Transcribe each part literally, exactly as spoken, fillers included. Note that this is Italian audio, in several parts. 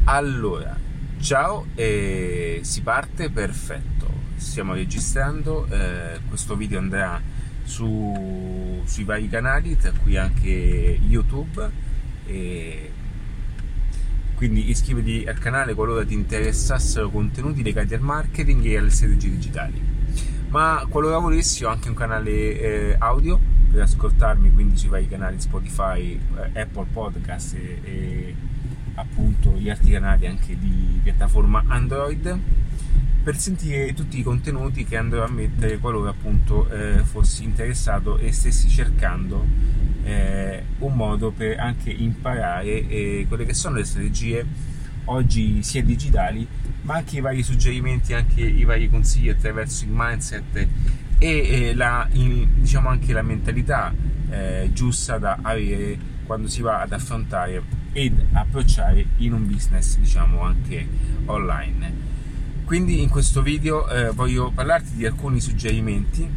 Allora, ciao e si parte, perfetto. Stiamo registrando, eh, questo video andrà su, sui vari canali, tra cui anche YouTube, e quindi iscriviti al canale qualora ti interessassero contenuti legati al marketing e alle strategie digitali. Ma qualora volessi ho anche un canale eh, audio per ascoltarmi, quindi sui vari canali Spotify, eh, Apple Podcast e, e appunto gli altri canali anche di piattaforma Android, per sentire tutti i contenuti che andrò a mettere qualora appunto eh, fossi interessato e stessi cercando eh, un modo per anche imparare eh, quelle che sono le strategie oggi sia digitali, ma anche i vari suggerimenti, anche i vari consigli attraverso il mindset e eh, la, in, diciamo anche la mentalità eh, giusta da avere quando si va ad affrontare ed approcciare in un business, diciamo anche online. Quindi in questo video eh, voglio parlarti di alcuni suggerimenti,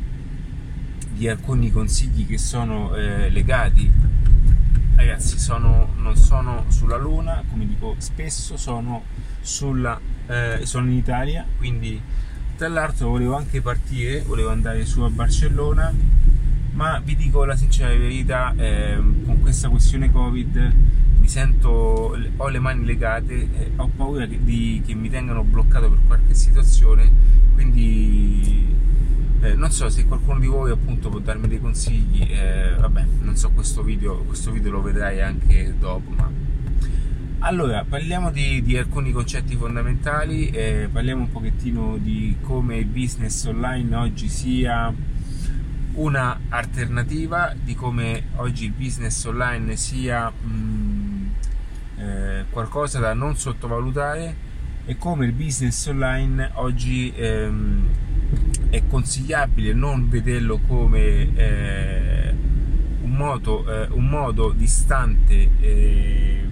di alcuni consigli che sono eh, legati, ragazzi, sono, non sono sulla luna, come dico spesso, sono, sulla, eh, sono in Italia, quindi tra l'altro volevo anche partire, volevo andare su a Barcellona, ma vi dico la sincera verità, eh, con questa questione Covid mi sento, ho le mani legate, eh, ho paura che, di, che mi tengano bloccato per qualche situazione, quindi eh, non so se qualcuno di voi appunto può darmi dei consigli, eh, vabbè, non so, questo video, questo video lo vedrai anche dopo. Ma allora parliamo di, di alcuni concetti fondamentali, eh, parliamo un pochettino di come il business online oggi sia una alternativa, di come oggi il business online sia mh, eh, qualcosa da non sottovalutare, e come il business online oggi ehm, è consigliabile non vederlo come eh, un, modo, eh, un modo distante eh,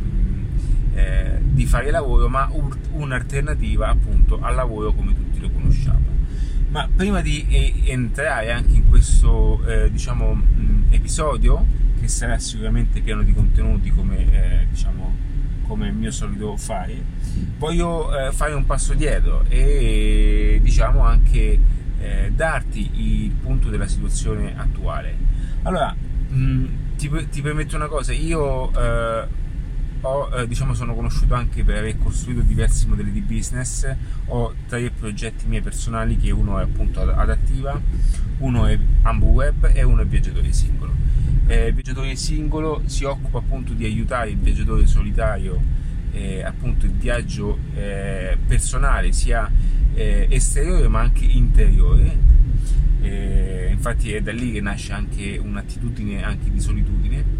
eh, di fare lavoro, ma un, un'alternativa appunto al lavoro come tutti lo conosciamo. Ma prima di eh, entrare anche in questo eh, diciamo mh, episodio, che sarà sicuramente pieno di contenuti come eh, diciamo come il mio solito fare, voglio eh, fare un passo dietro e diciamo anche eh, darti il punto della situazione attuale. Allora, mh, ti, ti permetto una cosa, io eh, Ho, eh, diciamo, sono conosciuto anche per aver costruito diversi modelli di business. Ho tre progetti miei personali, che uno è appunto Adattiva, uno è AmbuWeb e uno è Viaggiatore Singolo. Eh, il Viaggiatore Singolo si occupa appunto di aiutare il viaggiatore solitario, eh, appunto il viaggio eh, personale, sia eh, esteriore ma anche interiore. Eh, infatti è da lì che nasce anche un'attitudine anche di solitudine.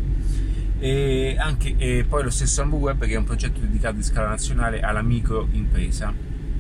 E anche e poi lo stesso AmbuWeb, che è un progetto dedicato in scala nazionale alla microimpresa,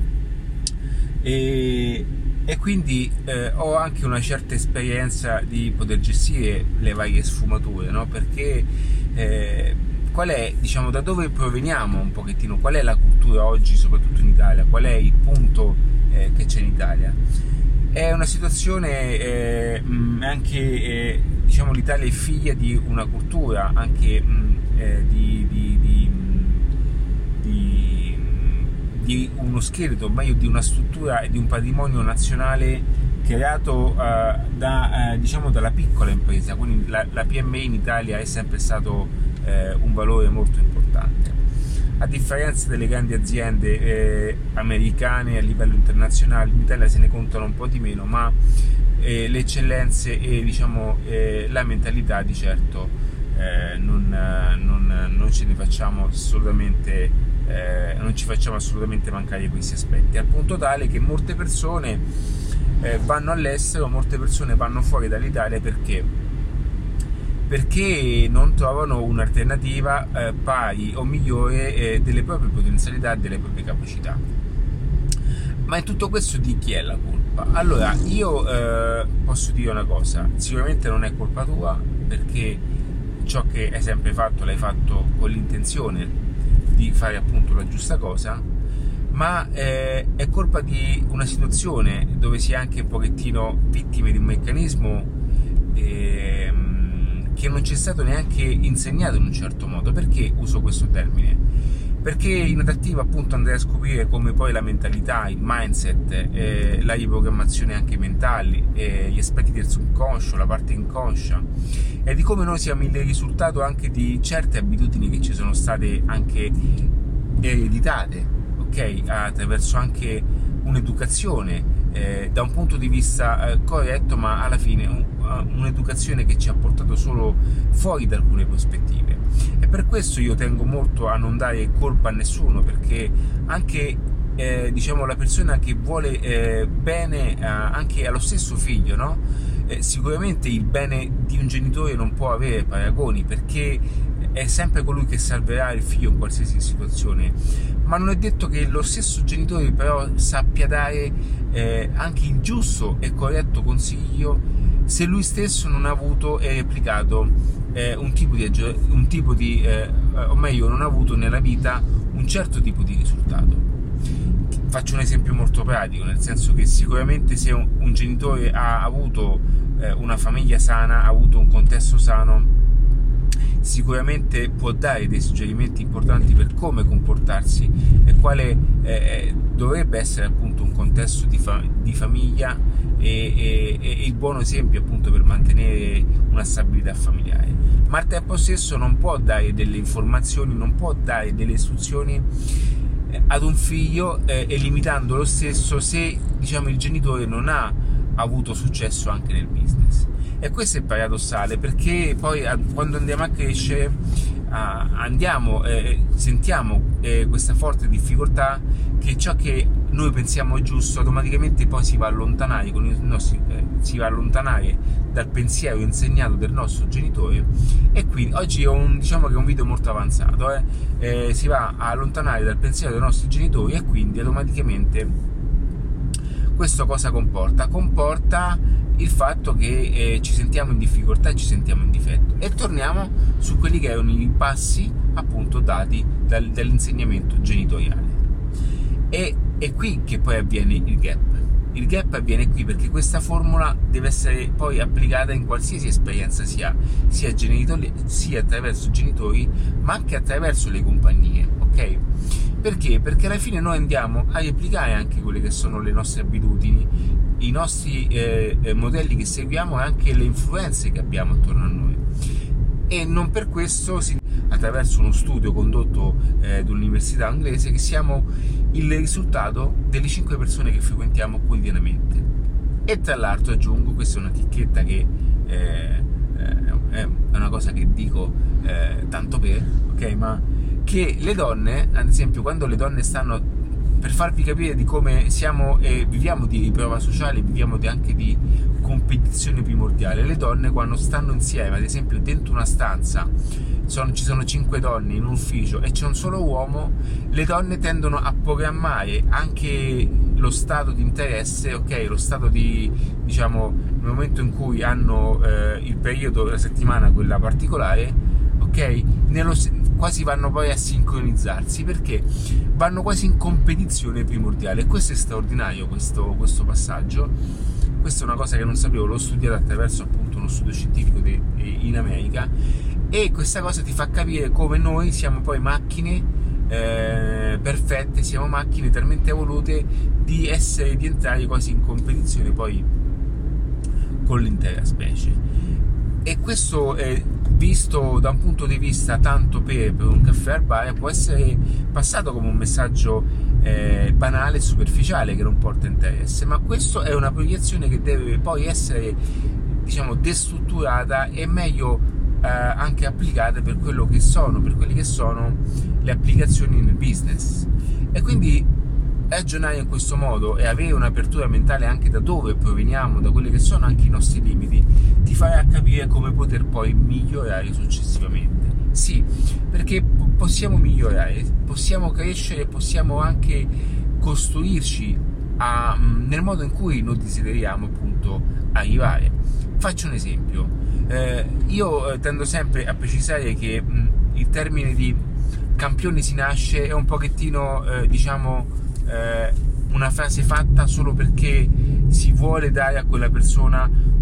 e, e quindi eh, ho anche una certa esperienza di poter gestire le varie sfumature, no? Perché eh, qual è, diciamo, da dove proveniamo un pochettino, qual è la cultura oggi soprattutto in Italia, qual è il punto eh, che c'è in Italia. È una situazione eh, anche eh, diciamo l'Italia è figlia di una cultura anche mh, eh, di, di, di, di, di uno scheletro, meglio di una struttura e di un patrimonio nazionale creato eh, da, eh, diciamo dalla piccola impresa, quindi la, la P M I in Italia è sempre stato eh, un valore molto importante. A differenza delle grandi aziende eh, americane a livello internazionale, in Italia se ne contano un po' di meno, ma eh, le eccellenze e diciamo eh, la mentalità di certo eh, non, non, non ce ne facciamo assolutamente eh, non ci facciamo assolutamente mancare questi aspetti, al punto tale che molte persone eh, vanno all'estero, molte persone vanno fuori dall'Italia perché perché non trovano un'alternativa eh, pari o migliore eh, delle proprie potenzialità e delle proprie capacità. Ma in tutto questo di chi è la colpa? Allora, io eh, posso dire una cosa, sicuramente non è colpa tua, perché ciò che hai sempre fatto l'hai fatto con l'intenzione di fare appunto la giusta cosa, ma eh, è colpa di una situazione dove si è anche un pochettino vittime di un meccanismo eh, che non ci è stato neanche insegnato in un certo modo. Perché uso questo termine? Perché in adattiva appunto andrei a scoprire come poi la mentalità, il mindset, eh, la riprogrammazione anche mentali, eh, gli aspetti del subconscio, la parte inconscia, e di come noi siamo il risultato anche di certe abitudini che ci sono state anche ereditate, ok? Attraverso anche un'educazione eh, da un punto di vista eh, corretto, ma alla fine un, uh, un'educazione che ci ha portato solo fuori da alcune prospettive. E per questo io tengo molto a non dare colpa a nessuno, perché anche eh, diciamo la persona che vuole eh, bene eh, anche allo stesso figlio, no? Eh, sicuramente il bene di un genitore non può avere paragoni, perché è sempre colui che salverà il figlio in qualsiasi situazione, ma non è detto che lo stesso genitore però sappia dare eh, anche il giusto e corretto consiglio se lui stesso non ha avuto e replicato eh, un tipo di, un tipo di eh, o meglio non ha avuto nella vita un certo tipo di risultato. Faccio un esempio molto pratico, nel senso che sicuramente se un, un genitore ha avuto eh, una famiglia sana, ha avuto un contesto sano, sicuramente può dare dei suggerimenti importanti per come comportarsi e quale eh, dovrebbe essere appunto un contesto di, fa- di famiglia e, e, e il buon esempio appunto per mantenere una stabilità familiare, ma al tempo stesso non può dare delle informazioni, non può dare delle istruzioni eh, ad un figlio eh, e limitando lo stesso se diciamo il genitore non ha avuto successo anche nel business. E questo è paradossale, perché poi quando andiamo a crescere uh, andiamo eh, sentiamo eh, questa forte difficoltà che ciò che noi pensiamo è giusto automaticamente poi si va a allontanare con i nostri, eh, si va a allontanare dal pensiero insegnato del nostro genitore. E quindi oggi è un, diciamo che è un video molto avanzato, eh? Eh, si va a allontanare dal pensiero dei nostri genitori e quindi automaticamente questo cosa comporta? Comporta il fatto che eh, ci sentiamo in difficoltà e ci sentiamo in difetto, e torniamo su quelli che erano i passi appunto dati dal, dall'insegnamento genitoriale. E è qui che poi avviene il gap. Il gap avviene qui perché questa formula deve essere poi applicata in qualsiasi esperienza sia, sia, genitori, sia attraverso i genitori, ma anche attraverso le compagnie, ok? Perché? Perché alla fine noi andiamo a replicare anche quelle che sono le nostre abitudini, i nostri eh, modelli che seguiamo e anche le influenze che abbiamo attorno a noi. E non per questo, si, attraverso uno studio condotto eh, dall'università inglese, che siamo il risultato delle cinque persone che frequentiamo quotidianamente. E tra l'altro aggiungo, questa è una chicchetta che eh, è una cosa che dico eh, tanto per, ok, ma che le donne, ad esempio, quando le donne stanno, per farvi capire di come siamo e viviamo di riprova sociale, viviamo di, anche di competizione primordiale, le donne quando stanno insieme, ad esempio dentro una stanza, sono, ci sono cinque donne in un ufficio e c'è un solo uomo, le donne tendono a programmare anche lo stato di interesse, ok, lo stato di, diciamo, nel momento in cui hanno eh, il periodo della settimana, quella particolare, ok, nello, quasi vanno poi a sincronizzarsi, perché vanno quasi in competizione primordiale. E questo è straordinario, questo, questo passaggio. Questa è una cosa che non sapevo, l'ho studiata attraverso appunto uno studio scientifico de, in America, e questa cosa ti fa capire come noi siamo poi macchine eh, perfette, siamo macchine talmente evolute di essere, di entrare quasi in competizione poi con l'intera specie. E questo è visto da un punto di vista tanto per, per un caffè al bar, può essere passato come un messaggio eh, banale e superficiale che non porta interesse, ma questo è una proiezione che deve poi essere, diciamo, destrutturata e meglio eh, anche applicata per quello che sono, per quelle che sono le applicazioni nel business. E quindi ragionare in questo modo e avere un'apertura mentale anche da dove proveniamo, da quelli che sono anche i nostri limiti, ti farà capire come poter poi migliorare successivamente. Sì, perché possiamo migliorare, possiamo crescere, possiamo anche costruirci a, nel modo in cui noi desideriamo appunto arrivare. Faccio un esempio. Eh, io tendo sempre a precisare che mh, il termine di campione si nasce è un pochettino, eh, diciamo, una frase fatta solo perché si vuole dare a quella persona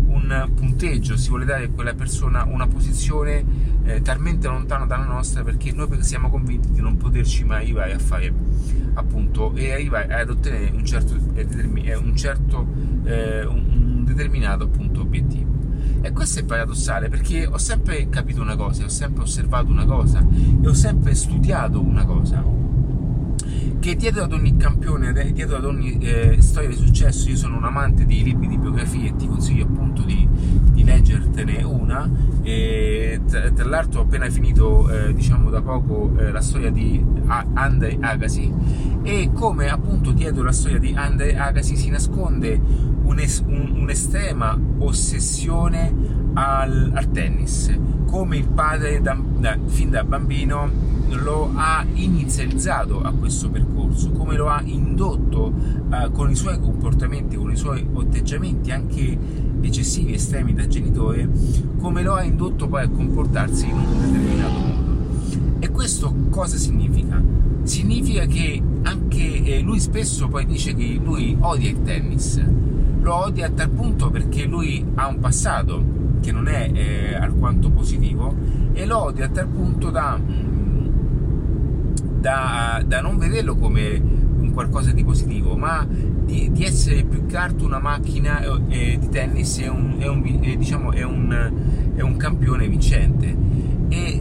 un punteggio, si vuole dare a quella persona una posizione eh, talmente lontana dalla nostra, perché noi siamo convinti di non poterci mai arrivare a fare, appunto, e arrivare ad ottenere un certo, un, certo eh, un determinato, appunto, obiettivo. E questo è paradossale, perché ho sempre capito una cosa, ho sempre osservato una cosa e ho sempre studiato una cosa, che dietro ad ogni campione, dietro ad ogni eh, storia di successo, io sono un amante di libri di biografie e ti consiglio appunto di, di leggertene una. E tra, tra l'altro ho appena finito eh, diciamo da poco eh, la storia di Andre Agassi, e come appunto dietro la storia di Andre Agassi si nasconde un'es, un, un'estrema ossessione al, al tennis, come il padre da, da, fin da bambino lo ha inizializzato a questo percorso, come lo ha indotto uh, con i suoi comportamenti, con i suoi atteggiamenti anche eccessivi, estremi da genitore, come lo ha indotto poi a comportarsi in un determinato modo. E questo cosa significa? Significa che anche eh, lui stesso poi dice che lui odia il tennis, lo odia a tal punto perché lui ha un passato che non è eh, alquanto positivo, e lo odia a tal punto da Da, da non vederlo come un qualcosa di positivo, ma di, di essere più che altro una macchina eh, di tennis e un, è un, eh, diciamo, è un, è un campione vincente. E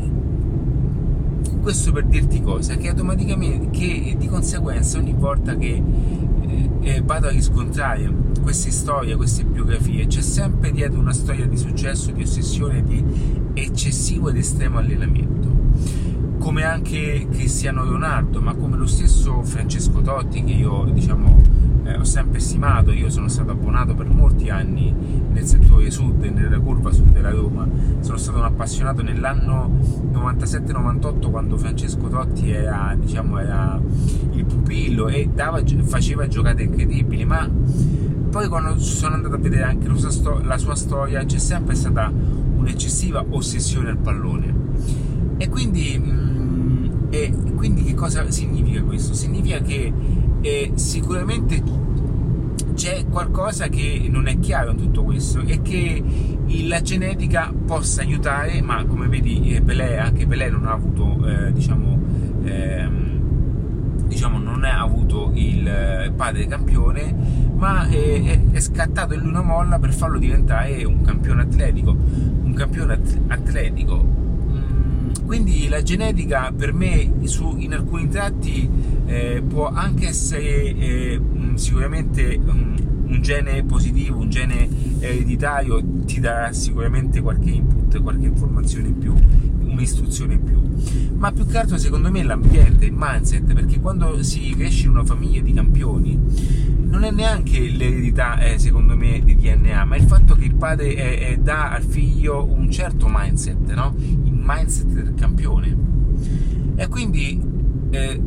questo per dirti cosa? Che automaticamente, che di conseguenza ogni volta che eh, vado a riscontrare queste storie, queste biografie, c'è sempre dietro una storia di successo, di ossessione, di eccessivo ed estremo allenamento. Come anche Cristiano Ronaldo, ma come lo stesso Francesco Totti, che io diciamo eh, ho sempre stimato. Io sono stato abbonato per molti anni nel settore sud, nella curva sud della Roma, sono stato un appassionato nell'anno novantasette novantotto, quando Francesco Totti era, diciamo, era il pupillo e dava, faceva giocate incredibili, ma poi quando sono andato a vedere anche la sua, la sua storia, c'è sempre stata un'eccessiva ossessione al pallone. E quindi, mh, e quindi che cosa significa questo? Significa che eh, sicuramente c'è qualcosa che non è chiaro in tutto questo, e che la genetica possa aiutare, ma come vedi eh, Pelé, anche Pelé non ha avuto eh, diciamo, ehm, diciamo non ha avuto il padre campione, ma è, è scattato in lui una molla per farlo diventare un campione atletico, un campione atletico. Quindi la genetica per me su, in alcuni tratti eh, può anche essere eh, sicuramente um, un gene positivo, un gene ereditario, ti darà sicuramente qualche input, qualche informazione in più, un'istruzione in più, ma più che altro secondo me l'ambiente, il mindset, perché quando si cresce in una famiglia di campioni non è neanche l'eredità eh, secondo me di D N A, ma il fatto che il padre è, è, dà al figlio un certo mindset, no? Il mindset del campione. E quindi eh,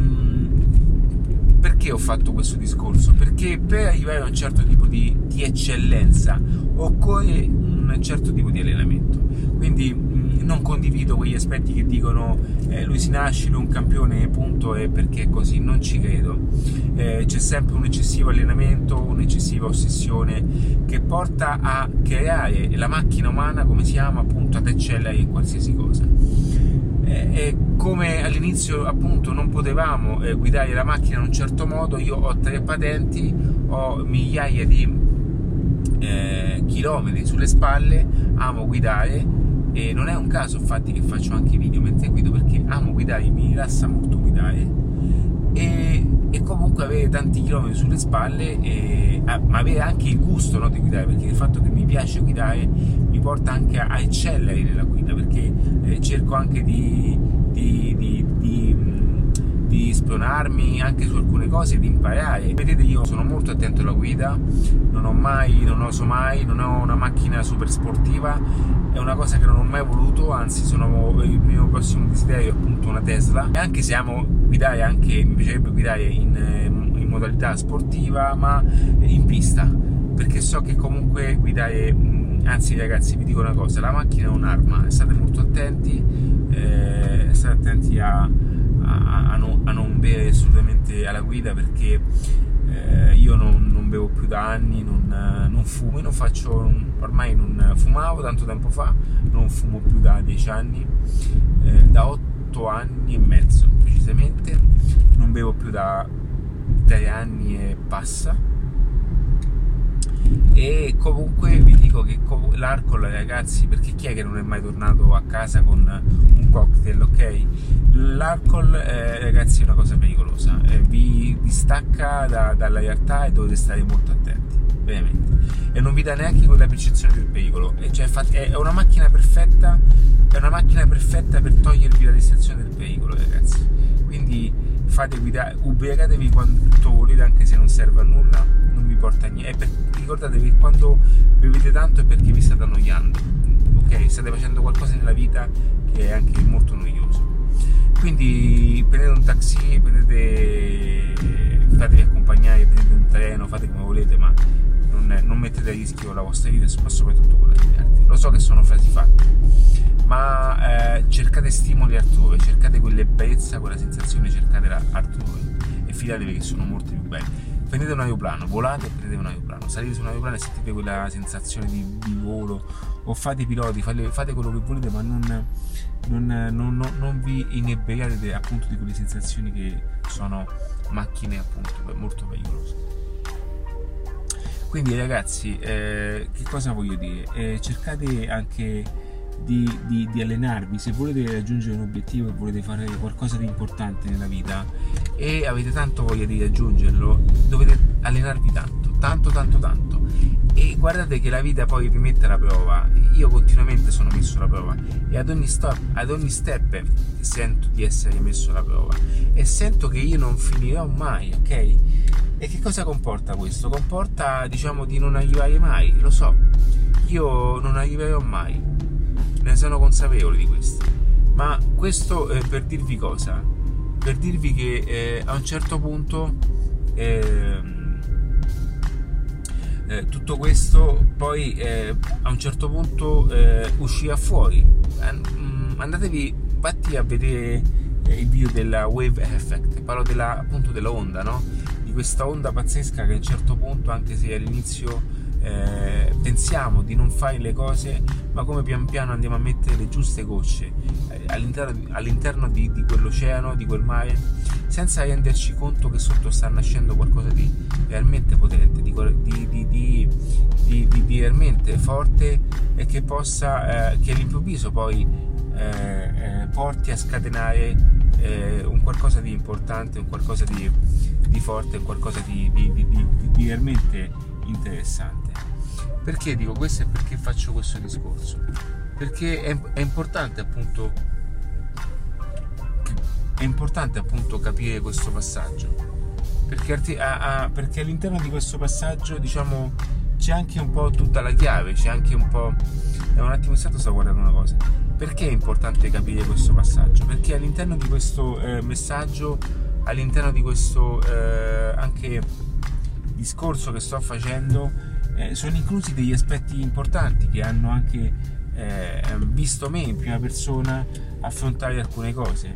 mh, perché ho fatto questo discorso? Perché per arrivare a un certo tipo di, di eccellenza occorre un certo tipo di allenamento. Quindi mh, non condivido quegli aspetti che dicono eh, lui si nasce, lui è un campione, punto, e perché è così, non ci credo. Eh, c'è sempre un eccessivo allenamento, un'eccessiva ossessione che porta a creare la macchina umana, come si chiama, appunto, ad eccellere in qualsiasi cosa. Eh, e come all'inizio appunto non potevamo eh, guidare la macchina in un certo modo, io ho tre patenti, ho migliaia di eh, chilometri sulle spalle, amo guidare, e non è un caso infatti che faccio anche video mentre guido, perché amo guidare, mi rilassa molto guidare, e, e comunque avere tanti chilometri sulle spalle, e, ah, ma avere anche il gusto, no, di guidare, perché il fatto che mi piace guidare mi porta anche a, a eccellere nella guida, perché eh, cerco anche di, di, di, di, di spronarmi anche su alcune cose, di imparare. Vedete, io sono molto attento alla guida, non ho mai, non oso mai, non ho una macchina super sportiva, è una cosa che non ho mai voluto, anzi sono il mio prossimo desiderio appunto una Tesla, e anche se amo guidare, anche mi piacerebbe guidare in, in modalità sportiva, ma in pista, perché so che comunque guidare, anzi ragazzi vi dico una cosa, la macchina è un'arma, state molto attenti, eh, state attenti a, a, a, non, a non bere assolutamente alla guida, perché eh, io non, non bevo più da anni, non, non fumo, non faccio, ormai non fumavo tanto tempo fa, non fumo più da dieci anni, eh, da otto anni e mezzo precisamente, non bevo più da tre anni e passa. E comunque vi dico che l'alcol, ragazzi, perché chi è che non è mai tornato a casa con un cocktail, ok? L'alcol, eh, ragazzi, è una cosa pericolosa, eh, vi distacca da, dalla realtà e dovete stare molto attenti, veramente, e non vi dà neanche quella percezione del pericolo, e cioè, è una macchina perfetta, è una macchina perfetta per togliervi la distrazione del pericolo, ragazzi. Quindi fate guidare, ubriacatevi quanto volete, anche se non serve a nulla, non vi porta a niente. Per, ricordatevi che quando bevete tanto è perché vi state annoiando, ok? State facendo qualcosa nella vita che è anche molto noioso. Quindi prendete un taxi, prendete, fatevi accompagnare, prendete un treno, fate come volete, ma non, non mettete a rischio la vostra vita, ma soprattutto quella degli altri. Lo so che sono frasi fatte, ma eh, cercate stimoli altrove, cercate quell'ebbrezza, quella sensazione, cercatela altrove e fidatevi che sono molto più belli. Prendete un aeroplano, volate e prendete un aeroplano, salite su un aeroplano e sentite quella sensazione di, di volo, o fate i piloti, fate, fate quello che volete, ma non, non, non, non, non vi inebriate appunto di quelle sensazioni che sono macchine appunto molto pericolose. Quindi ragazzi, eh, che cosa voglio dire? Eh, cercate anche Di, di, di allenarvi, se volete raggiungere un obiettivo e volete fare qualcosa di importante nella vita e avete tanto voglia di raggiungerlo, dovete allenarvi tanto, tanto, tanto, tanto, e guardate che la vita poi vi mette alla prova. Io continuamente sono messo alla prova e ad ogni stop, ad ogni step sento di essere messo alla prova e sento che io non finirò mai, ok? E che cosa comporta questo? Comporta, diciamo, di non arrivare mai, lo so, io non arriverò mai, ne sono consapevole di questo, ma questo eh, per dirvi cosa? Per dirvi che eh, a un certo punto eh, eh, tutto questo poi eh, a un certo punto eh, uscirà fuori. Andatevi infatti a vedere eh, il video della wave effect, parlo della, appunto della onda, no? Di questa onda pazzesca che a un certo punto, anche se all'inizio Eh, pensiamo di non fare le cose, ma come pian piano andiamo a mettere le giuste gocce eh, all'interno, all'interno di, di quell'oceano, di quel mare, senza renderci conto che sotto sta nascendo qualcosa di realmente potente, di, di, di, di, di, di, di realmente forte, e che possa eh, che all'improvviso poi eh, eh, porti a scatenare eh, un qualcosa di importante, un qualcosa di, di forte, un qualcosa di, di, di, di, di realmente interessante. Perché dico questo e perché faccio questo discorso? Perché è, è importante appunto è importante appunto capire questo passaggio, perché, a, a, perché all'interno di questo passaggio, diciamo, c'è anche un po' tutta la chiave, c'è anche un po'... È un attimo stato, sto guardando una cosa. Perché è importante capire questo passaggio? Perché all'interno di questo eh, messaggio, all'interno di questo eh, anche discorso che sto facendo, eh, sono inclusi degli aspetti importanti che hanno anche eh, visto me in prima persona affrontare alcune cose.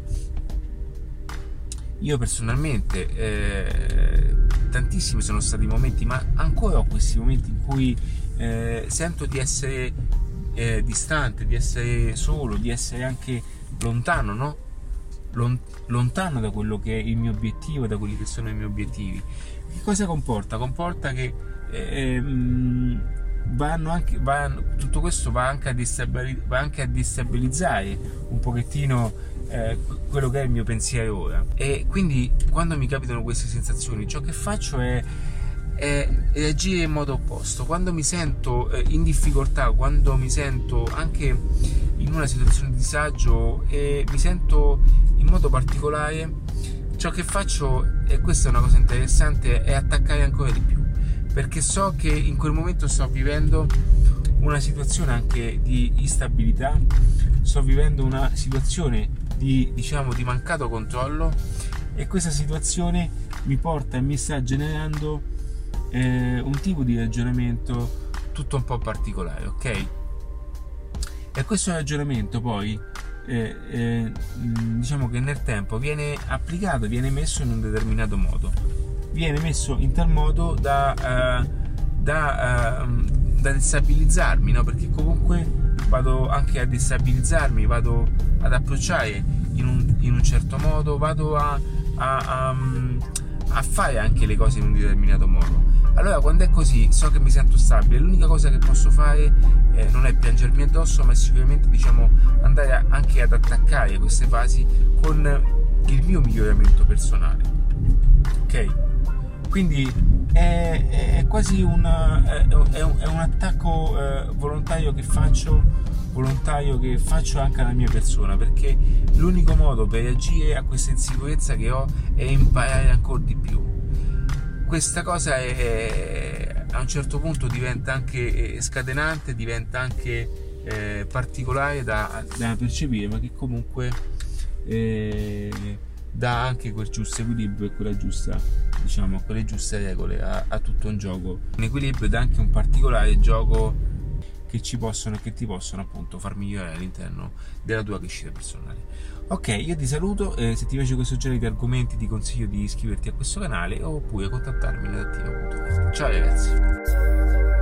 Io personalmente eh, tantissimi sono stati i momenti, ma ancora ho questi momenti in cui eh, sento di essere eh, distante, di essere solo, di essere anche lontano, no? lontano da quello che è il mio obiettivo, da quelli che sono i miei obiettivi. Che cosa comporta? Comporta che ehm, vanno anche, vanno, tutto questo va anche, a destabilizzare, va anche a destabilizzare un pochettino eh, quello che è il mio pensiero ora, e quindi quando mi capitano queste sensazioni ciò che faccio è, è reagire in modo opposto. Quando mi sento eh, in difficoltà, quando mi sento anche in una situazione di disagio e mi sento in modo particolare, ciò che faccio, e questa è una cosa interessante, è attaccare ancora di più, perché so che in quel momento sto vivendo una situazione anche di instabilità, sto vivendo una situazione di, diciamo, di mancato controllo, e questa situazione mi porta e mi sta generando eh, un tipo di ragionamento tutto un po' particolare, ok? E questo ragionamento poi eh, eh, diciamo che nel tempo viene applicato, viene messo in un determinato modo. viene messo in tal modo da, uh, da, uh, da destabilizzarmi, no? Perché comunque vado anche a destabilizzarmi, vado ad approcciare in un, in un certo modo, vado a, a, a, a fare anche le cose in un determinato modo. Allora quando è così so che mi sento stabile, l'unica cosa che posso fare eh, non è piangermi addosso, ma è sicuramente, diciamo, andare a, anche ad attaccare queste fasi con il mio miglioramento personale. Ok? Quindi è, è quasi una, è, è, un, è un attacco eh, volontario che faccio volontario che faccio anche alla mia persona, perché l'unico modo per reagire a questa insicurezza che ho è imparare ancora di più. Questa cosa è, è, a un certo punto diventa anche scatenante, diventa anche eh, particolare da, da percepire, ma che comunque eh, dà anche quel giusto equilibrio e quella giusta, diciamo, quelle giuste regole a, a tutto un gioco. Un equilibrio ed anche un particolare gioco che ci possono e che ti possono appunto far migliorare all'interno della tua crescita personale. Ok, io ti saluto, eh, se ti piace questo genere di argomenti ti consiglio di iscriverti a questo canale oppure contattarmi in redattiva punto net. Ciao ragazzi!